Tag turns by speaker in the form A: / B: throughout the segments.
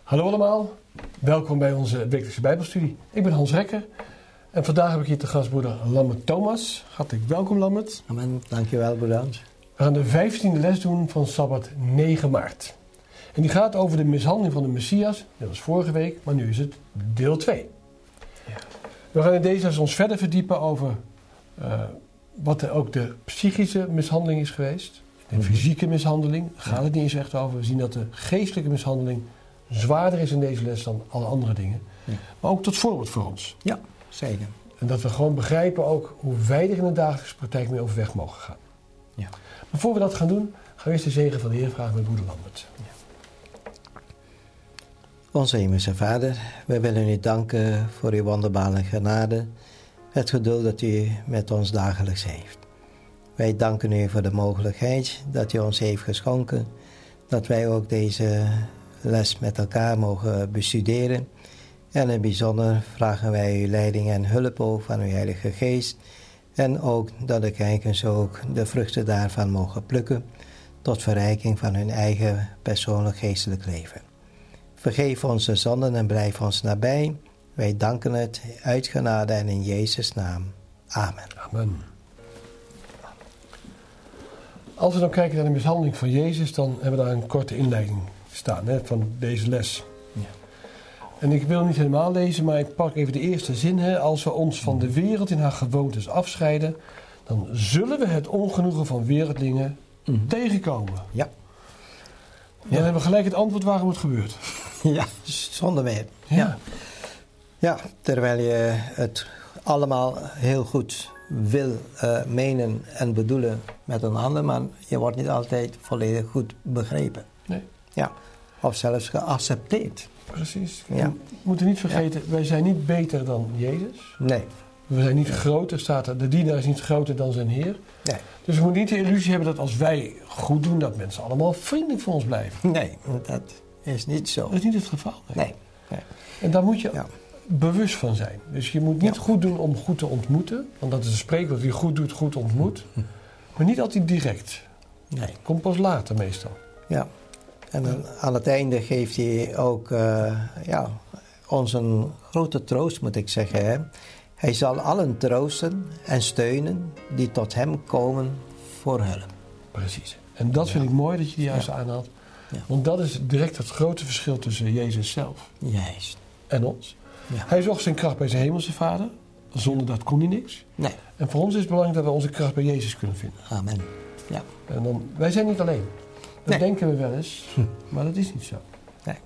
A: Hallo allemaal, welkom bij onze wekelijkse Bijbelstudie. Ik ben Hans Rekker en vandaag heb ik hier te gast broeder Lammert Thomas. Hartelijk welkom Lammert.
B: Amen, dankjewel broeder Hans.
A: We gaan de 15e les doen van Sabbat 9 maart. En die gaat over de mishandeling van de Messias. Dat was vorige week, maar nu is het deel 2. Ja. We gaan in deze les ons verder verdiepen over wat er ook de psychische mishandeling is geweest. De fysieke mishandeling, daar gaat het niet eens echt over. We zien dat de geestelijke mishandeling zwaarder is in deze les dan alle andere dingen. Ja. Maar ook tot voorbeeld voor ons.
B: Ja, zeker.
A: En dat we gewoon begrijpen ook hoe wij er in de dagelijkse praktijk mee overweg mogen gaan. Ja. Maar voor we dat gaan doen, gaan we eerst de zegen van de Heer vragen met broeder Lammert. Ja.
B: Onze hemelse Vader, wij willen u danken voor uw wonderbare genade, het geduld dat u met ons dagelijks heeft. Wij danken u voor de mogelijkheid dat u ons heeft geschonken, dat wij ook deze les met elkaar mogen bestuderen. En in het bijzonder vragen wij uw leiding en hulp ook van uw Heilige Geest. En ook dat de kijkers ook de vruchten daarvan mogen plukken, tot verrijking van hun eigen persoonlijk geestelijk leven. Vergeef onze zonden en blijf ons nabij. Wij danken het uit genade en in Jezus' naam. Amen.
A: Amen. Als we dan kijken naar de mishandeling van Jezus, dan hebben we daar een korte inleiding staan van deze les. Ja. En ik wil niet helemaal lezen, maar ik pak even de eerste zin. Als we ons van de wereld in haar gewoontes afscheiden, dan zullen we het ongenoegen van wereldlingen tegenkomen.
B: Ja.
A: Dan hebben we gelijk het antwoord waarom het gebeurt.
B: Ja, zonder meer. Ja. Ja, terwijl je het allemaal heel goed wil menen en bedoelen met een ander, maar je wordt niet altijd volledig goed begrepen. Nee. Ja, of zelfs geaccepteerd.
A: Precies. Ja. We moeten niet vergeten, wij zijn niet beter dan Jezus.
B: Nee.
A: We zijn niet groter, staat er. De dienaar is niet groter dan zijn Heer. Nee. Dus we moeten niet de illusie hebben dat als wij goed doen, dat mensen allemaal vriendelijk voor ons blijven.
B: Nee, dat is niet zo.
A: Dat is niet het geval.
B: Nee.
A: En daar moet je bewust van zijn. Dus je moet niet goed doen om goed te ontmoeten. Want dat is een spreekwoord, wie goed doet, goed ontmoet. Maar niet altijd direct. Nee. Komt pas later meestal.
B: Ja. En dan aan het einde geeft hij ook ons een grote troost, moet ik zeggen. Hè? Hij zal allen troosten en steunen die tot hem komen voor hulp.
A: Precies. En dat vind ik mooi dat je die juist aanhaalt. Ja. Want dat is direct het grote verschil tussen Jezus zelf en ons. Ja. Hij zocht zijn kracht bij zijn hemelse Vader. Zonder dat kon hij niks. Nee. En voor ons is het belangrijk dat we onze kracht bij Jezus kunnen vinden.
B: Amen. Ja.
A: En dan, wij zijn niet alleen. Dat denken we wel eens, maar dat is niet zo. Nee.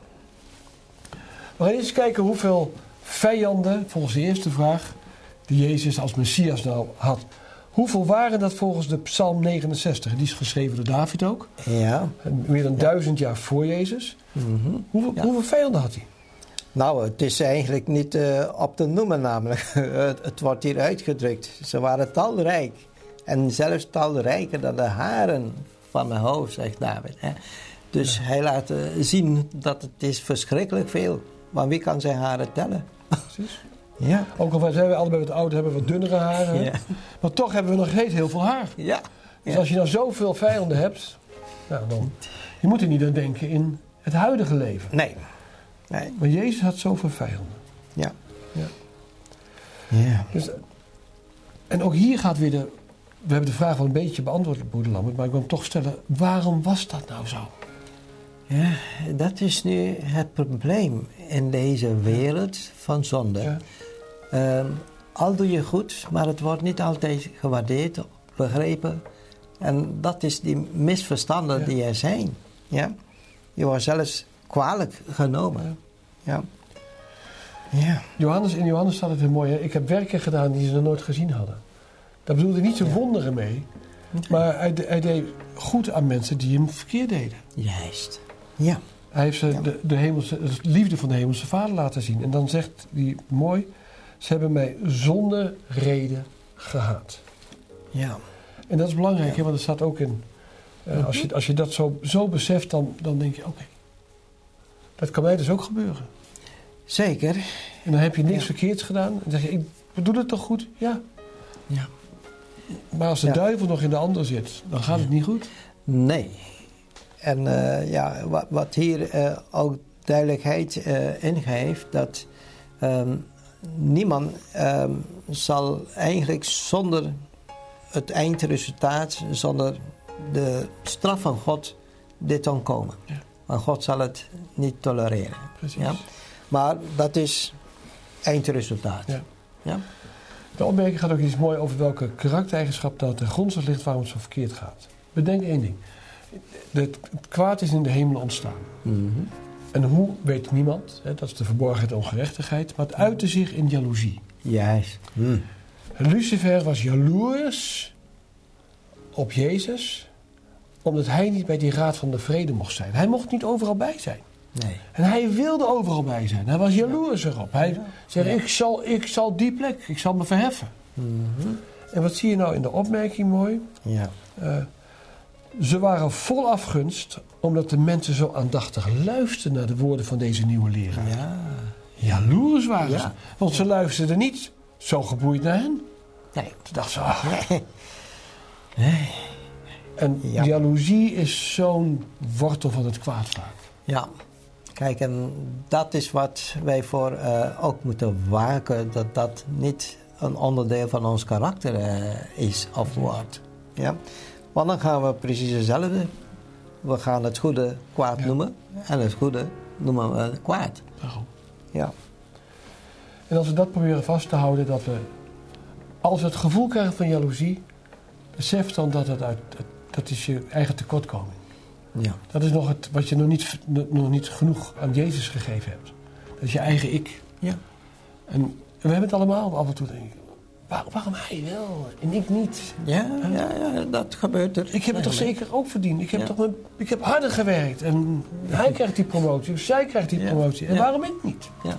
A: We gaan eens kijken hoeveel vijanden, volgens de eerste vraag, die Jezus als Messias nou had. Hoeveel waren dat volgens de Psalm 69? Die is geschreven door David ook. Ja. Meer dan 1000 jaar voor Jezus. Mm-hmm. Hoeveel vijanden had hij?
B: Nou, het is eigenlijk niet op te noemen namelijk. Het wordt hier uitgedrukt. Ze waren talrijk. En zelfs talrijker dan de haren van mijn hoofd, zegt David. Hè. Dus hij laat zien dat het is verschrikkelijk veel. Maar wie kan zijn haren tellen?
A: Precies. Ja. Ook al zijn we allebei wat ouder, hebben we wat dunnere haren. Ja. Maar toch hebben we nog steeds heel veel haar. Ja. Dus als je nou zoveel vijanden hebt, nou dan, je moet er niet aan denken in het huidige leven. Nee. Maar Jezus had zoveel vijanden. Ja. Dus, en ook hier gaat weer we hebben de vraag wel een beetje beantwoord, broeder Lammert, maar ik wil hem toch stellen, waarom was dat nou zo?
B: Ja, dat is nu het probleem in deze wereld van zonde. Ja. Al doe je goed, maar het wordt niet altijd gewaardeerd, begrepen. En dat is die misverstanden die er zijn. Ja? Je wordt zelfs kwalijk genomen. Ja.
A: In Johannes staat het heel mooi. Hè? Ik heb werken gedaan die ze nog nooit gezien hadden. Daar bedoelde niet zijn wonderen mee. Maar hij deed goed aan mensen die hem verkeerd deden.
B: Juist. Ja.
A: Hij heeft ze de liefde van de hemelse Vader laten zien. En dan zegt hij mooi, ze hebben mij zonder reden gehaat. Ja. En dat is belangrijk, hè, want het staat ook in... Als je dat zo beseft, dan denk je, oké. Dat kan mij dus ook gebeuren.
B: Zeker.
A: En dan heb je niks verkeerds gedaan. En dan zeg je, ik bedoel het toch goed? Ja. Maar als de duivel nog in de ander zit, dan gaat het niet goed.
B: Nee. En wat hier ook duidelijkheid ingeeft dat niemand zal eigenlijk zonder het eindresultaat, zonder de straf van God, dit ontkomen.
A: Ja.
B: Want God zal het niet tolereren.
A: Precies.
B: Ja? Maar dat is eindresultaat.
A: Ja.
B: Ja?
A: De opmerking gaat ook iets mooi over welke karaktereigenschap dat ten grondslag ligt waarom het zo verkeerd gaat. Bedenk één ding. Het kwaad is in de hemel ontstaan.
B: Mm-hmm.
A: En hoe weet niemand, hè, dat is de verborgenheid en ongerechtigheid, maar het uitte zich in jaloezie.
B: Juist.
A: Lucifer was jaloers op Jezus, omdat hij niet bij die raad van de vrede mocht zijn. Hij mocht niet overal bij zijn.
B: Nee.
A: En hij wilde overal bij zijn. Hij was jaloers erop. Hij zei, ik zal die plek, ik zal me verheffen.
B: Mm-hmm.
A: En wat zie je nou in de opmerking mooi?
B: Ja.
A: Ze waren vol afgunst, omdat de mensen zo aandachtig luisterden naar de woorden van deze nieuwe leraar.
B: Ja.
A: Jaloers waren ze,
B: Ja.
A: want ze luisterden niet zo geboeid naar hen.
B: Nee.
A: Toen dachten ze, ach.
B: Nee.
A: En
B: Ja.
A: jaloezie is zo'n wortel van het kwaad vaak.
B: Ja. Kijk, en dat is wat wij voor ook moeten waken, dat dat niet een onderdeel van ons karakter is of wordt. Ja? Want dan gaan we precies hetzelfde. We gaan het goede kwaad noemen en het goede noemen we kwaad.
A: Daarom.
B: Ja.
A: En als we dat proberen vast te houden, dat we, als we het gevoel krijgen van jaloezie, besef dan dat dat is je eigen tekortkoming.
B: Ja.
A: Dat is nog het wat je nog niet genoeg aan Jezus gegeven hebt. Dat is je eigen ik.
B: Ja.
A: En we hebben het allemaal af en toe. Waarom hij wel en ik niet?
B: Ja, dat gebeurt er.
A: Ik heb het toch zeker ook verdiend. Ik heb harder gewerkt. En hij krijgt die promotie. Of zij krijgt die promotie. En waarom ik niet?
B: Ja.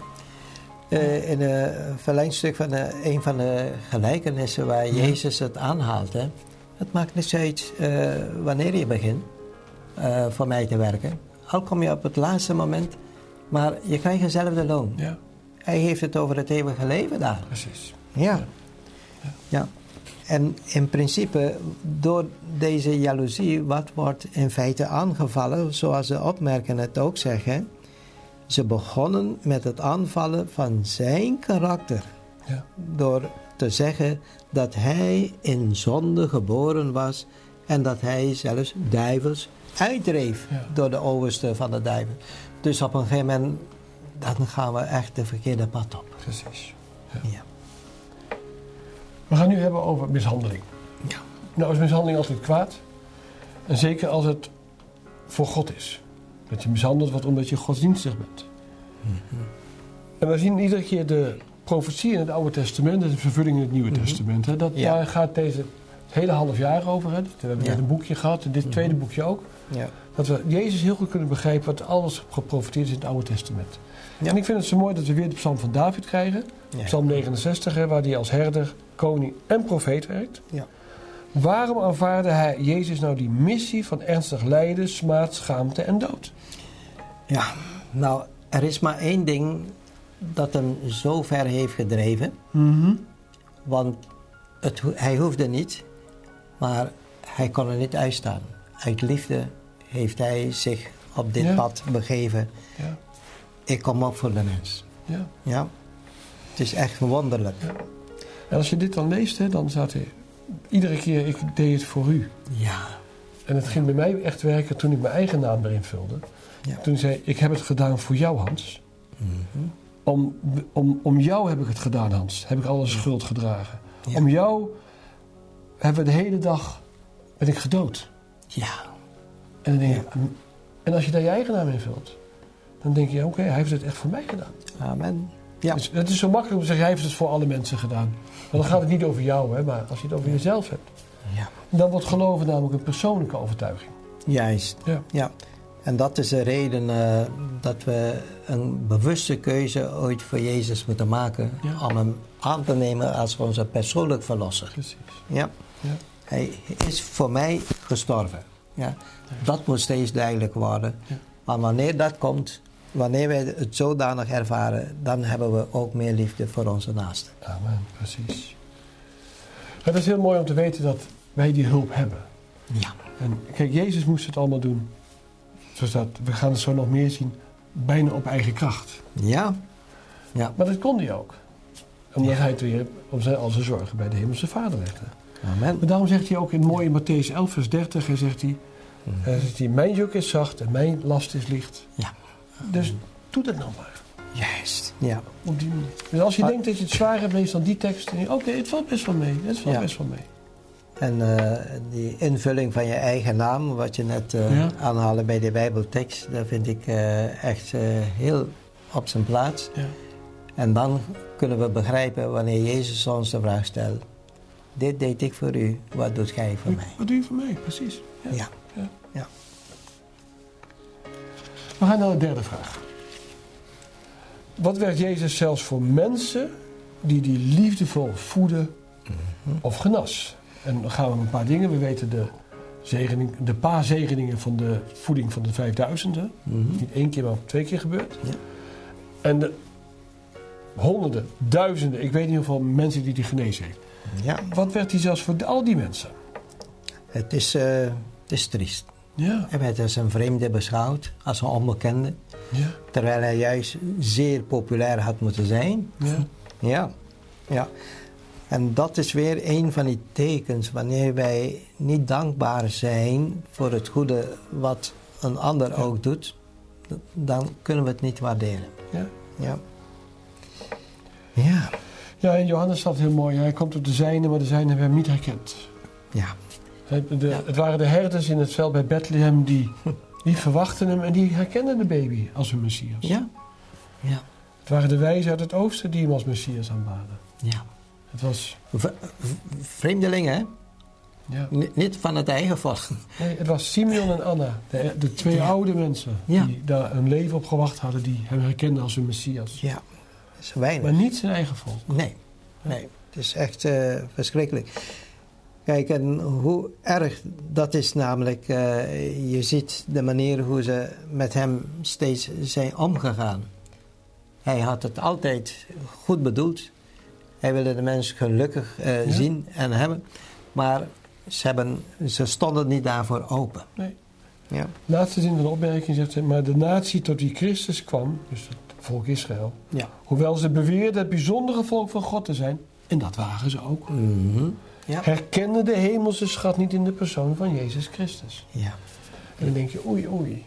B: In een verlengstuk van een van de gelijkenissen waar Jezus het aanhaalt. Hè. Het maakt niet uit wanneer je begint voor mij te werken. Al kom je op het laatste moment. Maar je krijgt hetzelfde loon.
A: Ja.
B: Hij heeft het over het eeuwige leven daar.
A: Precies.
B: Ja. Ja. En in principe, door deze jaloezie, wat wordt in feite aangevallen, zoals de opmerkingen het ook zeggen, ze begonnen met het aanvallen van zijn karakter.
A: Ja.
B: Door te zeggen dat hij in zonde geboren was en dat hij zelfs duivels uitdreef door de overste van de duivel. Dus op een gegeven moment, dan gaan we echt de verkeerde pad op.
A: Precies.
B: Ja.
A: We gaan nu hebben over mishandeling.
B: Ja.
A: Nou is mishandeling altijd kwaad. En zeker als het voor God is. Dat je mishandeld wordt omdat je godsdienstig bent.
B: Mm-hmm.
A: En we zien iedere keer de profetie in het Oude Testament en de vervulling in het Nieuwe Testament. Hè. Daar gaat het hele half jaar over. Hè. We hebben net een boekje gehad en dit tweede boekje ook.
B: Ja.
A: Dat we Jezus heel goed kunnen begrijpen wat alles geprofeteerd is in het Oude Testament. Ja. En ik vind het zo mooi dat we weer de psalm van David krijgen. Ja. Psalm 69, hè, waar hij als herder, koning en profeet werkt.
B: Ja.
A: Waarom aanvaarde hij Jezus nou die missie van ernstig lijden, smaad, schaamte en dood?
B: Ja, nou, er is maar één ding dat hem zo ver heeft gedreven.
A: Mm-hmm.
B: Want hij hoefde niet, maar hij kon er niet uitstaan. Uit liefde heeft hij zich op dit pad begeven.
A: Ja.
B: Ik kom op voor de mens.
A: Ja.
B: Ja. Het is echt wonderlijk.
A: Ja. En als je dit dan leest, hè, dan staat er iedere keer, ik deed het voor u.
B: Ja.
A: En het ging bij mij echt werken toen ik mijn eigen naam erin vulde. Ja. Toen zei ik, ik heb het gedaan voor jou, Hans. Mm-hmm. Om jou heb ik het gedaan, Hans. Heb ik alle schuld gedragen. Ja. Om jou hebben we de hele dag, ben ik gedood.
B: Ja.
A: En, dan denk je, en als je daar je eigen naam in vult, dan denk je, oké, hij heeft het echt voor mij gedaan.
B: Amen. Ja.
A: Dus het is zo makkelijk om te zeggen, hij heeft het voor alle mensen gedaan. Maar dan gaat het niet over jou, hè, maar als je het over jezelf hebt.
B: Ja.
A: Dan wordt geloven namelijk een persoonlijke overtuiging.
B: Juist.
A: Ja.
B: Ja. En dat is de reden dat we een bewuste keuze ooit voor Jezus moeten maken. Ja. Om hem aan te nemen als onze persoonlijk verlosser.
A: Precies.
B: Ja. Ja. Hij is voor mij gestorven. Ja. Ja. Dat moet steeds duidelijk worden. Ja. Maar wanneer dat komt, wanneer wij het zodanig ervaren, dan hebben we ook meer liefde voor onze naasten.
A: Amen, precies. Het is heel mooi om te weten dat wij die hulp hebben.
B: Ja.
A: En kijk, Jezus moest het allemaal doen. Zoals dat, we gaan het zo nog meer zien bijna op eigen kracht.
B: Ja. Ja.
A: Maar dat kon hij ook. Omdat hij het weer al zijn zorgen bij de hemelse Vader legde.
B: Amen.
A: Maar daarom zegt hij ook in mooi in Mattheüs 11 vers 30, hij zegt hij, mijn juk is zacht en mijn last is licht.
B: Ja.
A: Dus doe dat nou maar.
B: Juist. Ja.
A: Op die manier. Dus als je denkt dat je het zwaar hebt, lees dan die tekst. En oké, het valt best wel mee. Het valt best wel mee.
B: En die invulling van je eigen naam, wat je net aanhaalde bij de Bijbeltekst, dat vind ik echt heel op zijn plaats.
A: Ja.
B: En dan kunnen we begrijpen wanneer Jezus ons de vraag stelt: dit deed ik voor u, wat doet gij voor mij?
A: Wat doe je voor mij? Precies.
B: Ja.
A: We gaan naar de derde vraag. Wat werkt Jezus zelfs voor mensen die liefdevol voeden of genas? En dan gaan we een paar dingen. We weten de paaszegeningen van de voeding van de 5000. Niet 1 keer, maar 2 keer gebeurd.
B: Ja.
A: En de honderden, duizenden, ik weet niet hoeveel mensen die genezen heeft.
B: Ja.
A: Wat werd hij zelfs voor al die mensen?
B: Het is triest.
A: Ja.
B: Hij werd als een vreemde beschouwd, als een onbekende.
A: Ja.
B: Terwijl hij juist zeer populair had moeten zijn. Ja. En dat is weer een van die tekens. Wanneer wij niet dankbaar zijn voor het goede wat een ander ook doet, dan kunnen we het niet waarderen.
A: Ja, in Johannes staat heel mooi. Hij komt op de zijnen, maar de zijnen hebben hem niet herkend.
B: Ja.
A: Het waren de herders in het veld bij Bethlehem die verwachten hem en die herkenden de baby als hun Messias.
B: Ja.
A: Het waren de wijzen uit het oosten die hem als Messias aanbaden.
B: Ja.
A: Het was...
B: Vreemdelingen, hè?
A: Ja.
B: Niet van het eigen volk.
A: Nee, het was Simeon en Anna, de 2 oude mensen die daar een leven op gewacht hadden, die hem herkenden als hun Messias.
B: Ja, dat is weinig.
A: Maar niet zijn eigen volk.
B: Nee. Het is echt verschrikkelijk. Kijk, en hoe erg dat is namelijk, je ziet de manier hoe ze met hem steeds zijn omgegaan. Hij had het altijd goed bedoeld. Hij wilde de mensen gelukkig zien en hebben. Maar ze stonden niet daarvoor open.
A: Nee.
B: Ja.
A: Laatste zin van de opmerking zegt hij, maar de natie tot wie Christus kwam, dus het volk Israël, hoewel ze beweerden het bijzondere volk van God te zijn, en dat waren ze ook, herkenden de hemelse schat niet in de persoon van Jezus Christus.
B: Ja.
A: En dan denk je, oei.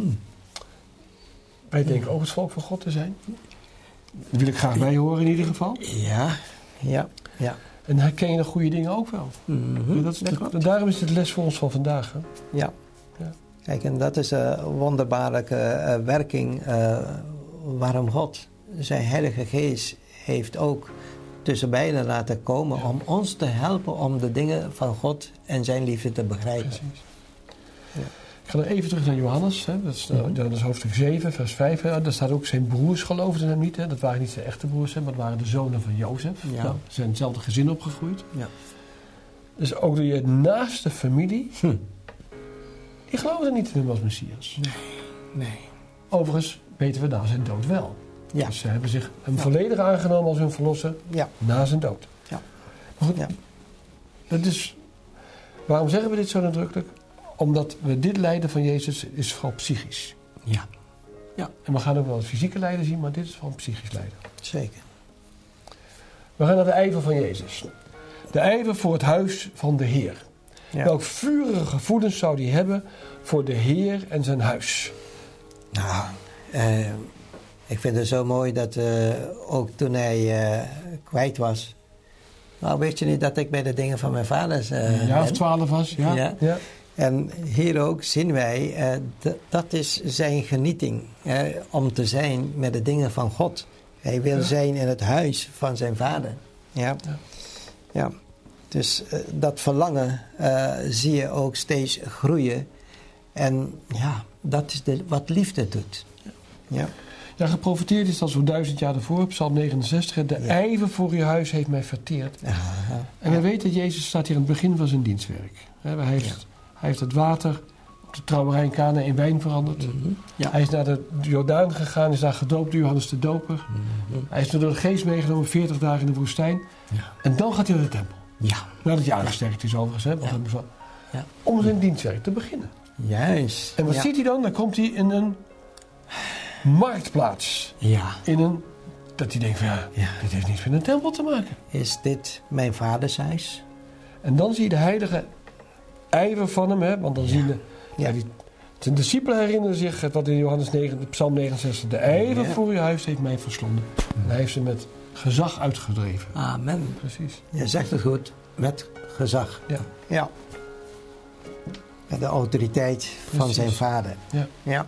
A: Wij denken ook het volk van God te zijn. Dat wil ik graag bij horen in ieder geval.
B: Ja.
A: En herken je de goede dingen ook wel. Daarom is het les voor ons van vandaag. Hè?
B: Ja. Kijk, en dat is een wonderbaarlijke werking waarom God zijn Heilige Geest heeft ook tussen beiden laten komen om ons te helpen om de dingen van God en zijn liefde te begrijpen.
A: Precies. Ja. Ik ga dan even terug naar Johannes. Hè. Dat is hoofdstuk 7, vers 5. Hè. Daar staat ook zijn broers geloofden hem niet. Hè. Dat waren niet zijn echte broers, hè, maar dat waren de zonen van Jozef.
B: Ja.
A: Nou, ze zijn hetzelfde gezin opgegroeid.
B: Ja.
A: Dus ook door je naaste familie, die geloofden niet in hem als Messias.
B: Nee.
A: Overigens weten we na zijn dood wel.
B: Ja.
A: Dus ze hebben zich hem volledig aangenomen als hun verlosser na zijn dood.
B: Ja.
A: Maar goed, dat is... Waarom zeggen we dit zo nadrukkelijk? Omdat we dit lijden van Jezus is vooral psychisch.
B: Ja.
A: En we gaan ook wel het fysieke lijden zien, maar dit is vooral psychisch lijden.
B: Zeker.
A: We gaan naar de ijver van Jezus. De ijver voor het huis van de Heer. Ja. Welk vurige gevoelens zou hij hebben voor de Heer en zijn huis?
B: Nou, ik vind het zo mooi dat ook toen hij kwijt was. Nou, weet je niet dat ik bij de dingen van mijn vaders
A: een jaar of 12 was, ja.
B: En hier ook zien wij, dat is zijn genieting, om te zijn met de dingen van God. Hij wil zijn in het huis van zijn vader. Ja. Dus dat verlangen zie je ook steeds groeien. En dat is wat liefde doet.
A: Ja, geprofiteerd is dat zo'n 1000 jaar daarvoor, Psalm 69. De ijver voor uw huis heeft mij verteerd. En we weten dat Jezus staat hier aan het begin van zijn dienstwerk. Hij heeft het water op de trouwerij in Kana in wijn veranderd. Hij is naar de Jordaan gegaan, is daar gedoopt door Johannes de Doper. Hij is door de geest meegenomen 40 dagen in de woestijn. En dan gaat hij naar de tempel. Nadat hij aangesterkt is overigens. Om zijn dienstwerk te beginnen.
B: Juist.
A: En wat ziet hij dan? Dan komt hij in een marktplaats.
B: Ja.
A: Dat hij denkt van
B: Ja.
A: dit heeft niets met een tempel te maken.
B: Is dit mijn vaders huis?
A: En dan zie je de heilige ijver van hem, hè? Want dan zien de discipelen herinneren zich wat in Johannes 9, Psalm 69, de ijver voor uw huis heeft mij verslonden. En hij heeft ze met gezag uitgedreven.
B: Amen.
A: Precies.
B: Je zegt het goed, met gezag.
A: Ja.
B: Ja. Met de autoriteit van
A: Precies.
B: zijn vader.
A: Ja.
B: Ja.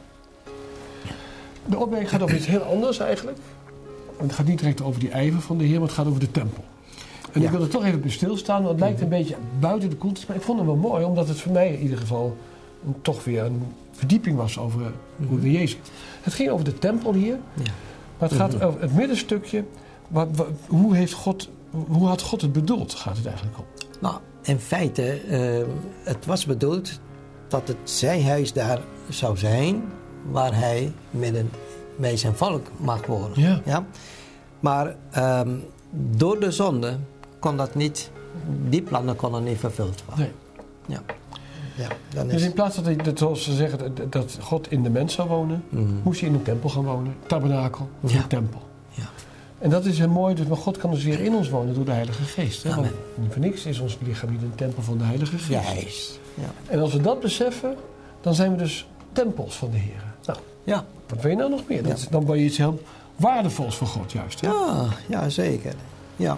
A: De opmerking gaat over iets heel anders eigenlijk. Want het gaat niet direct over die ijver van de Heer, maar het gaat over de tempel. En ik wil er toch even bij stilstaan, want het lijkt een beetje buiten de context. Maar ik vond het wel mooi, omdat het voor mij in ieder geval toch weer een verdieping was over hoe de Jezus. Het ging over de tempel hier,
B: Ja.
A: maar het gaat over het middenstukje. Hoe had God het bedoeld, gaat het eigenlijk om?
B: Nou, in feite, het was bedoeld dat het zijn huis daar zou zijn, waar hij midden bij zijn volk mag wonen.
A: Ja.
B: Ja? Maar door de zonde kon dat niet, die plannen konden niet vervuld worden.
A: Nee.
B: Ja. Ja, dan
A: Dus
B: is
A: in plaats dat zoals ze zeggen, dat God in de mens zou wonen, moest hij in een tempel gaan wonen. Tabernakel, of
B: Ja.
A: een tempel.
B: Ja.
A: En dat is heel mooi, dus maar God kan dus weer in ons wonen door de Heilige Geest. Hè? Want
B: Amen.
A: niet voor niks is ons lichaam niet een tempel van de Heilige Geest.
B: Juist. Ja.
A: En als we dat beseffen, dan zijn we dus tempels van de Heer. Nou,
B: Ja.
A: wat wil je nou nog meer? Dan ben je iets heel waardevols voor God juist. Hè?
B: Ja, zeker. Ja.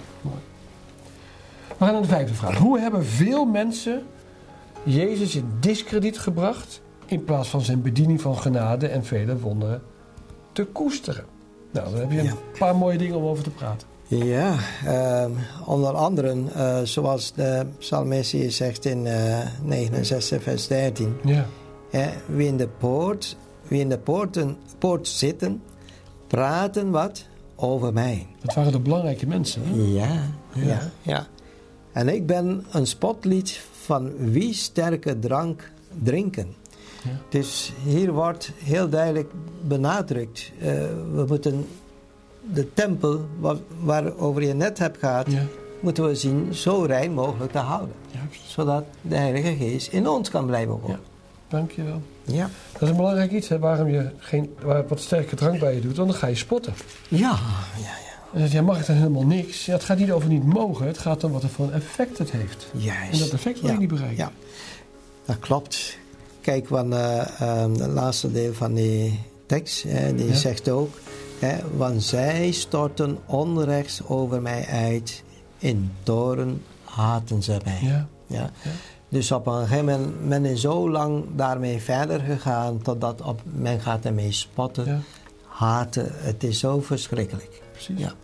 A: We gaan naar de 5e vraag. Hoe hebben veel mensen Jezus in diskrediet gebracht in plaats van zijn bediening van genade en vele wonderen te koesteren? Nou, dan heb je een paar mooie dingen om over te praten.
B: Ja, onder andere, zoals de psalmist hier zegt in 69 vers 13.
A: Ja.
B: Wie in de poort zitten, praten wat over mij.
A: Dat waren de belangrijke mensen. Hè?
B: Ja. En ik ben een spotlied van wie sterke drank drinken.
A: Ja.
B: Dus hier wordt heel duidelijk benadrukt, we moeten de tempel waarover je net hebt gehad, moeten we zien zo rein mogelijk te houden.
A: Juist.
B: Zodat de Heilige Geest in ons kan blijven wonen.
A: Ja, dankjewel.
B: Ja.
A: Dat is een belangrijk iets, hè, waarom je wat sterke drank bij je doet, want dan ga je spotten.
B: Ja.
A: En dan mag ik dan helemaal niks. Ja, het gaat niet over niet mogen, het gaat om wat er voor een effect het heeft.
B: Juist.
A: En dat effect wil je niet bereiken.
B: Ja, dat klopt. Kijk, want het laatste deel van die tekst, die zegt ook, want zij storten onrechts over mij uit, in toren haten ze mij. Ja. Dus op een gegeven moment men is zo lang daarmee verder gegaan, totdat men gaat ermee spotten, haten. Het is zo verschrikkelijk.
A: Precies.
B: Ja.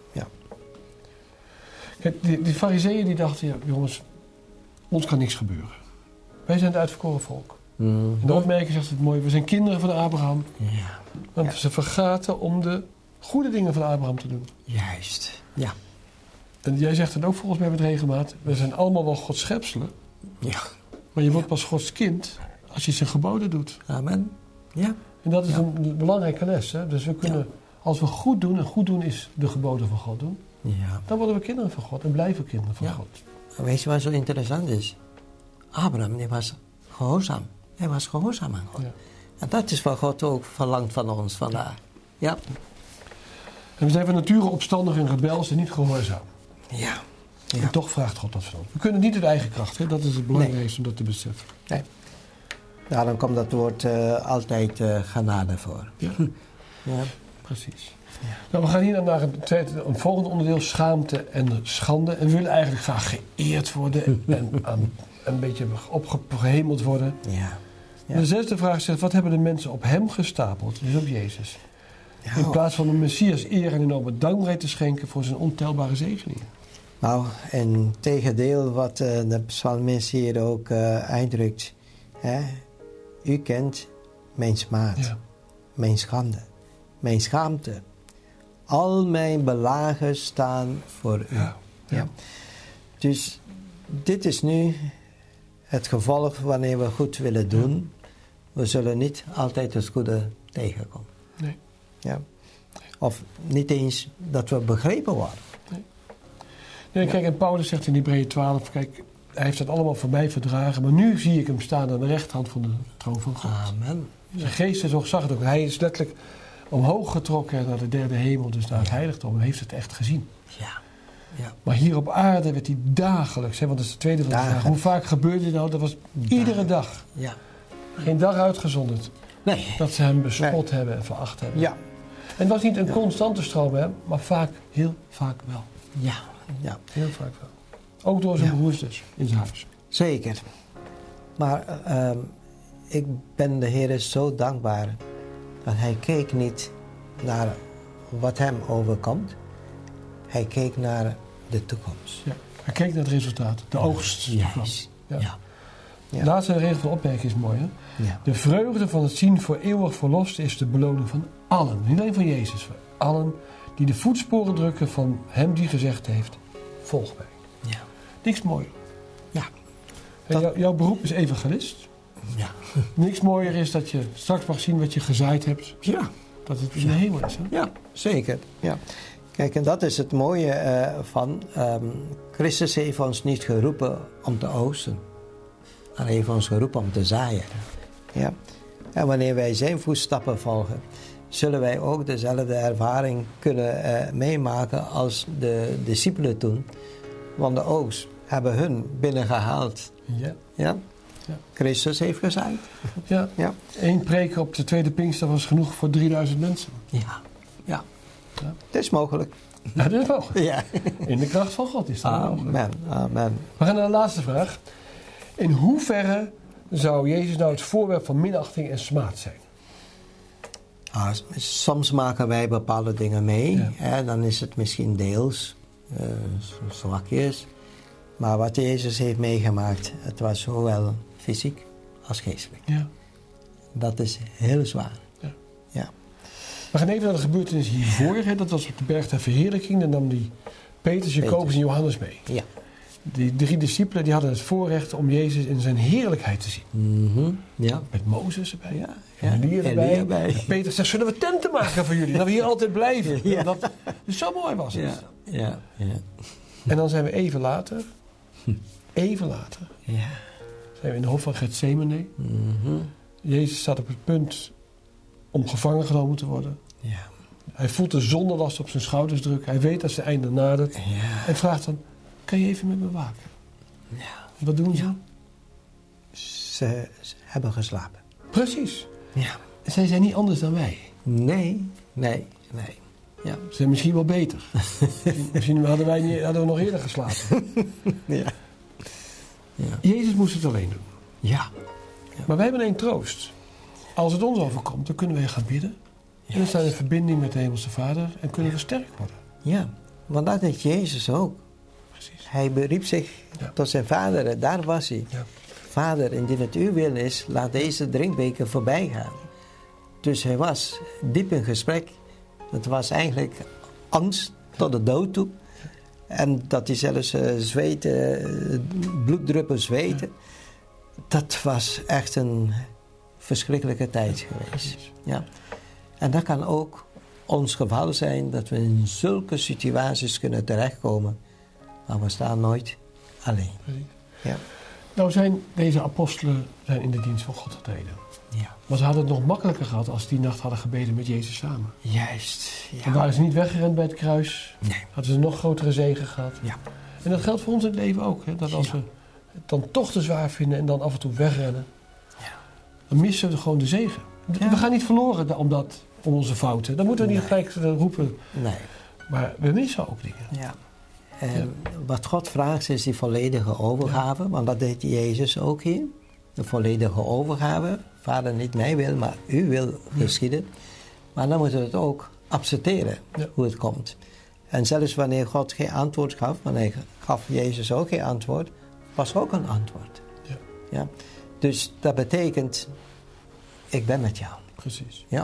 A: Kijk, die farizeeën die dachten, jongens, ons kan niks gebeuren. Wij zijn het uitverkoren volk. En de opmerking zegt het mooi, we zijn kinderen van Abraham.
B: Ja.
A: Want ze vergaten om de goede dingen van Abraham te doen.
B: Juist, ja.
A: En jij zegt het ook volgens mij met regelmaat, we zijn allemaal wel Gods schepselen.
B: Ja.
A: Maar je wordt pas Gods kind als je zijn geboden doet.
B: Amen. Ja.
A: En dat is een belangrijke les. Hè? Dus we kunnen, als we goed doen, en goed doen is de geboden van God doen, dan worden we kinderen van God en blijven kinderen van God.
B: Weet je wat zo interessant is? Abraham, die was gehoorzaam. Hij was gehoorzaam aan God. Ja. En dat is wat God ook verlangt van ons vandaag. Ja.
A: En we zijn van nature opstandig en rebels en niet gehoorzaam.
B: Ja.
A: En toch vraagt God dat van ons. We kunnen niet uit eigen kracht. Hè? Dat is het belangrijkste om dat te beseffen.
B: Nee. Ja, dan komt dat woord altijd genade voor.
A: Ja, precies. Ja. Nou, we gaan hier naar een volgende onderdeel, schaamte en schande. En we willen eigenlijk graag geëerd worden en een beetje opgehemeld worden.
B: Ja.
A: De 6e vraag zegt, wat hebben de mensen op hem gestapeld, dus op Jezus? Ja, in plaats van de Messias eer en enorme dankbaarheid te schenken voor zijn ontelbare zegeningen.
B: Nou, en tegendeel wat de psalmist hier ook uitdrukt. U kent mijn smaad, mijn schande, mijn schaamte. Al mijn belagen staan voor u. Ja. Dus dit is nu het gevolg wanneer we goed willen doen. We zullen niet altijd het goede tegenkomen.
A: Nee.
B: Ja. Of niet eens dat we begrepen worden.
A: Nee, kijk, en Paulus zegt in Hebreeën 12, kijk, hij heeft dat allemaal voor mij verdragen, maar nu zie ik hem staan aan de rechterhand van de troon van God.
B: Amen.
A: Zijn geest is ontzaglijk. Hij is letterlijk omhoog getrokken naar de derde hemel, dus naar het heiligdom. En heeft het echt gezien.
B: Ja. Ja.
A: Maar hier op aarde werd hij dagelijks, want dat is de tweede van de vraag. Hoe vaak gebeurde dit nou? Dat was iedere dag.
B: Ja.
A: Geen dag uitgezonderd.
B: Nee.
A: Dat ze hem bespot hebben en veracht hebben.
B: Ja.
A: En het was niet een constante stroom, hè, maar vaak, heel vaak wel.
B: Ja. Ja.
A: Heel vaak wel. Ook door zijn broers dus, in zijn huis.
B: Zeker. Maar ik ben de Heer zo dankbaar dat hij keek niet naar wat hem overkomt. Hij keek naar de toekomst.
A: Ja. Hij keek naar het resultaat, de oogst.
B: Juist.
A: Ja.
B: Ja.
A: De
B: Ja.
A: laatste regel van de opmerking is mooi. Hè?
B: Ja.
A: De vreugde van het zien voor eeuwig verlost is de beloning van allen. Niet alleen van Jezus, voor allen die de voetsporen drukken van hem die gezegd heeft, volg mij.
B: Ja.
A: Niks mooier.
B: Ja.
A: En jouw beroep is evangelist.
B: Ja.
A: Niks mooier is dat je straks mag zien wat je gezaaid hebt.
B: Ja.
A: Dat het in de hemel is. Hè?
B: Ja, zeker. Ja. Kijk, en dat is het mooie van... Christus heeft ons niet geroepen om te oogsten. Maar hij heeft ons geroepen om te zaaien. Ja. En wanneer wij zijn voetstappen volgen... zullen wij ook dezelfde ervaring kunnen meemaken als de discipelen toen. Want de oogst hebben hun binnengehaald.
A: Ja.
B: Ja?
A: Ja.
B: Christus heeft gezaaid.
A: Ja.
B: Ja.
A: 1 preek op de tweede Pinkster was genoeg voor 3000 mensen.
B: Ja. Ja.
A: Ja.
B: Het is mogelijk.
A: Ja, dat is wel.
B: Ja.
A: In de kracht van God is dat mogelijk.
B: Amen. Amen.
A: We gaan naar de laatste vraag. In hoeverre zou Jezus nou het voorwerp van minachting en smaad zijn?
B: Soms maken wij bepaalde dingen mee.
A: Ja.
B: Hè, dan is het misschien deels zwakjes. Maar wat Jezus heeft meegemaakt, het was zowel fysiek als geestelijk.
A: Ja.
B: Dat is heel zwaar.
A: Ja.
B: Ja.
A: We gaan even naar de gebeurtenis hiervoor. Hè. Dat was op de berg der verheerlijking. Dan nam die Petrus, Jacobus en Johannes mee.
B: Ja.
A: Die 3 discipelen die hadden het voorrecht om Jezus in zijn heerlijkheid te zien.
B: Mhm. Ja.
A: Met Mozes erbij.
B: Ja.
A: En Elia
B: Elia
A: erbij. En Petrus zegt, zullen we tenten maken voor jullie? Dat we hier altijd blijven.
B: Ja.
A: Dat, dus zo mooi was het.
B: Ja. Ja. Ja.
A: En dan zijn we even later
B: Ja.
A: zijn we in de hof van Getsemane.
B: Mhm.
A: Jezus staat op het punt om gevangen genomen te worden.
B: Ja.
A: Hij voelt de zondelast op zijn schouders drukken. Hij weet dat zijn einde nadert.
B: Ja.
A: En vraagt dan, kan je even met me waken?
B: Ja.
A: Wat doen ze?
B: Ja. Ze hebben geslapen.
A: Precies.
B: Ja.
A: Zij zijn niet anders dan wij.
B: Nee. Ja.
A: Ze zijn misschien wel beter. Misschien hadden we nog eerder geslapen.
B: Ja. Ja.
A: Jezus moest het alleen doen.
B: Ja.
A: Maar wij hebben één troost. Als het ons overkomt, dan kunnen we gaan bidden. En dan staan we in verbinding met de Hemelse Vader en kunnen we sterk worden.
B: Ja, want dat deed Jezus ook.
A: Precies.
B: Hij beriep zich tot zijn vader, daar was hij.
A: Ja.
B: Vader, indien het uw wil is, laat deze drinkbeker voorbij gaan. Dus hij was diep in gesprek. Het was eigenlijk angst tot de dood toe. En dat hij zelfs bloeddruppels zweten. Dat was echt een verschrikkelijke tijd geweest. Ja. En dat kan ook ons geval zijn dat we in zulke situaties kunnen terechtkomen. Maar we staan nooit alleen.
A: Precies.
B: Ja.
A: Nou zijn deze apostelen in de dienst van God getreden.
B: Ja.
A: Maar ze hadden het nog makkelijker gehad als ze die nacht hadden gebeden met Jezus samen.
B: Juist.
A: Dan
B: Ja.
A: waren ze niet weggerend bij het kruis.
B: Nee.
A: Hadden ze een nog grotere zegen gehad.
B: Ja.
A: En dat geldt voor ons in het leven ook. Hè? Dat als we het dan toch te zwaar vinden en dan af en toe wegrennen.
B: Ja.
A: Dan missen we gewoon de zegen.
B: Ja.
A: We gaan niet verloren om onze fouten. Dan moeten we niet gelijk roepen.
B: Nee.
A: Maar we missen ook dingen.
B: Ja. En wat God vraagt is die volledige overgave. Want dat deed Jezus ook hier. De volledige overgave. Vader, niet mij wil, maar u wil geschieden. Maar dan moeten we het ook accepteren hoe het komt. En zelfs wanneer God geen antwoord gaf, want hij gaf Jezus ook geen antwoord, was ook een antwoord.
A: Ja.
B: Ja? Dus dat betekent, ik ben met jou.
A: Precies.
B: Ja.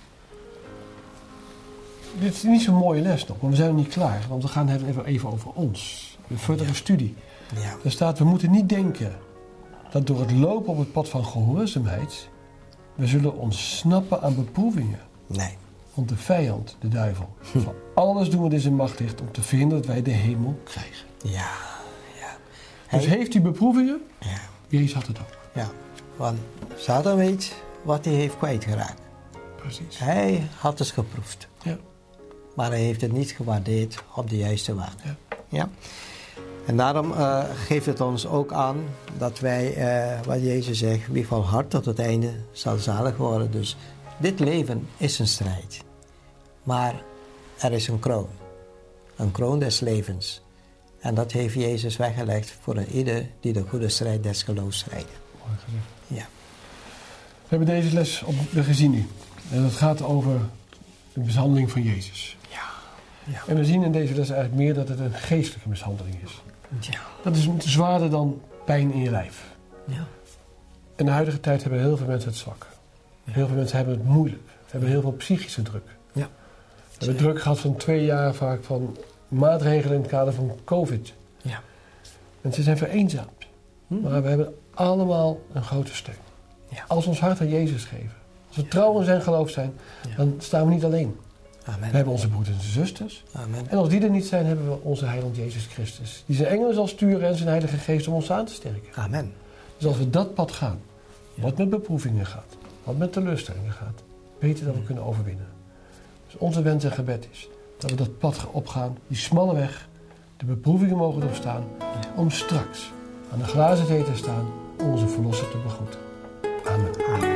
A: Dit is niet zo'n mooie les nog, maar we zijn nog niet klaar. Want we gaan het even over ons. Een verdere studie.
B: Ja.
A: Daar staat, we moeten niet denken dat door het lopen op het pad van gehoorzaamheid we zullen ontsnappen aan beproevingen.
B: Nee.
A: Want de vijand, de duivel, zal alles doen wat in zijn macht ligt om te verhinderen dat wij de hemel krijgen.
B: Ja. Ja.
A: Dus heeft u beproevingen?
B: Ja.
A: Jezus had het ook.
B: Ja. Want Satan weet wat hij heeft kwijtgeraakt.
A: Precies.
B: Hij had het geproefd.
A: Ja.
B: Maar hij heeft het niet gewaardeerd op de juiste waarde.
A: Ja.
B: Ja? En daarom geeft het ons ook aan dat wij, wat Jezus zegt, wie volhardt tot het einde zal zalig worden. Dus dit leven is een strijd. Maar er is een kroon. Een kroon des levens. En dat heeft Jezus weggelegd voor een ieder die de goede strijd des geloofs strijdt.
A: Mooi gezegd.
B: Ja.
A: We hebben deze les gezien nu. En dat gaat over de mishandeling van Jezus.
B: Ja. Ja.
A: En we zien in deze les eigenlijk meer dat het een geestelijke mishandeling is.
B: Ja.
A: Dat is zwaarder dan pijn in je lijf.
B: Ja.
A: In de huidige tijd hebben heel veel mensen het zwak.
B: Ja.
A: Heel veel mensen hebben het moeilijk. Hebben heel veel psychische druk.
B: Ja.
A: We hebben druk gehad van 2 jaar vaak van maatregelen in het kader van COVID.
B: Ja.
A: Mensen zijn vereenzaamd. Maar we hebben allemaal een grote steun.
B: Ja.
A: Als we ons hart aan Jezus geven. Als we trouw in zijn geloof zijn,
B: Ja.
A: dan staan we niet alleen.
B: Amen.
A: We hebben onze broeders en zusters.
B: Amen.
A: En als die er niet zijn, hebben we onze heiland Jezus Christus. Die zijn engelen zal sturen en zijn heilige geest om ons aan te sterken.
B: Amen.
A: Dus als we dat pad gaan, wat met beproevingen gaat, wat met teleurstellingen gaat, weten dat we kunnen overwinnen. Dus onze wens en gebed is dat we dat pad opgaan, die smalle weg, de beproevingen mogen doorstaan, om straks aan de glazen zee te staan om onze verlosser te begroeten. Amen.
B: Amen.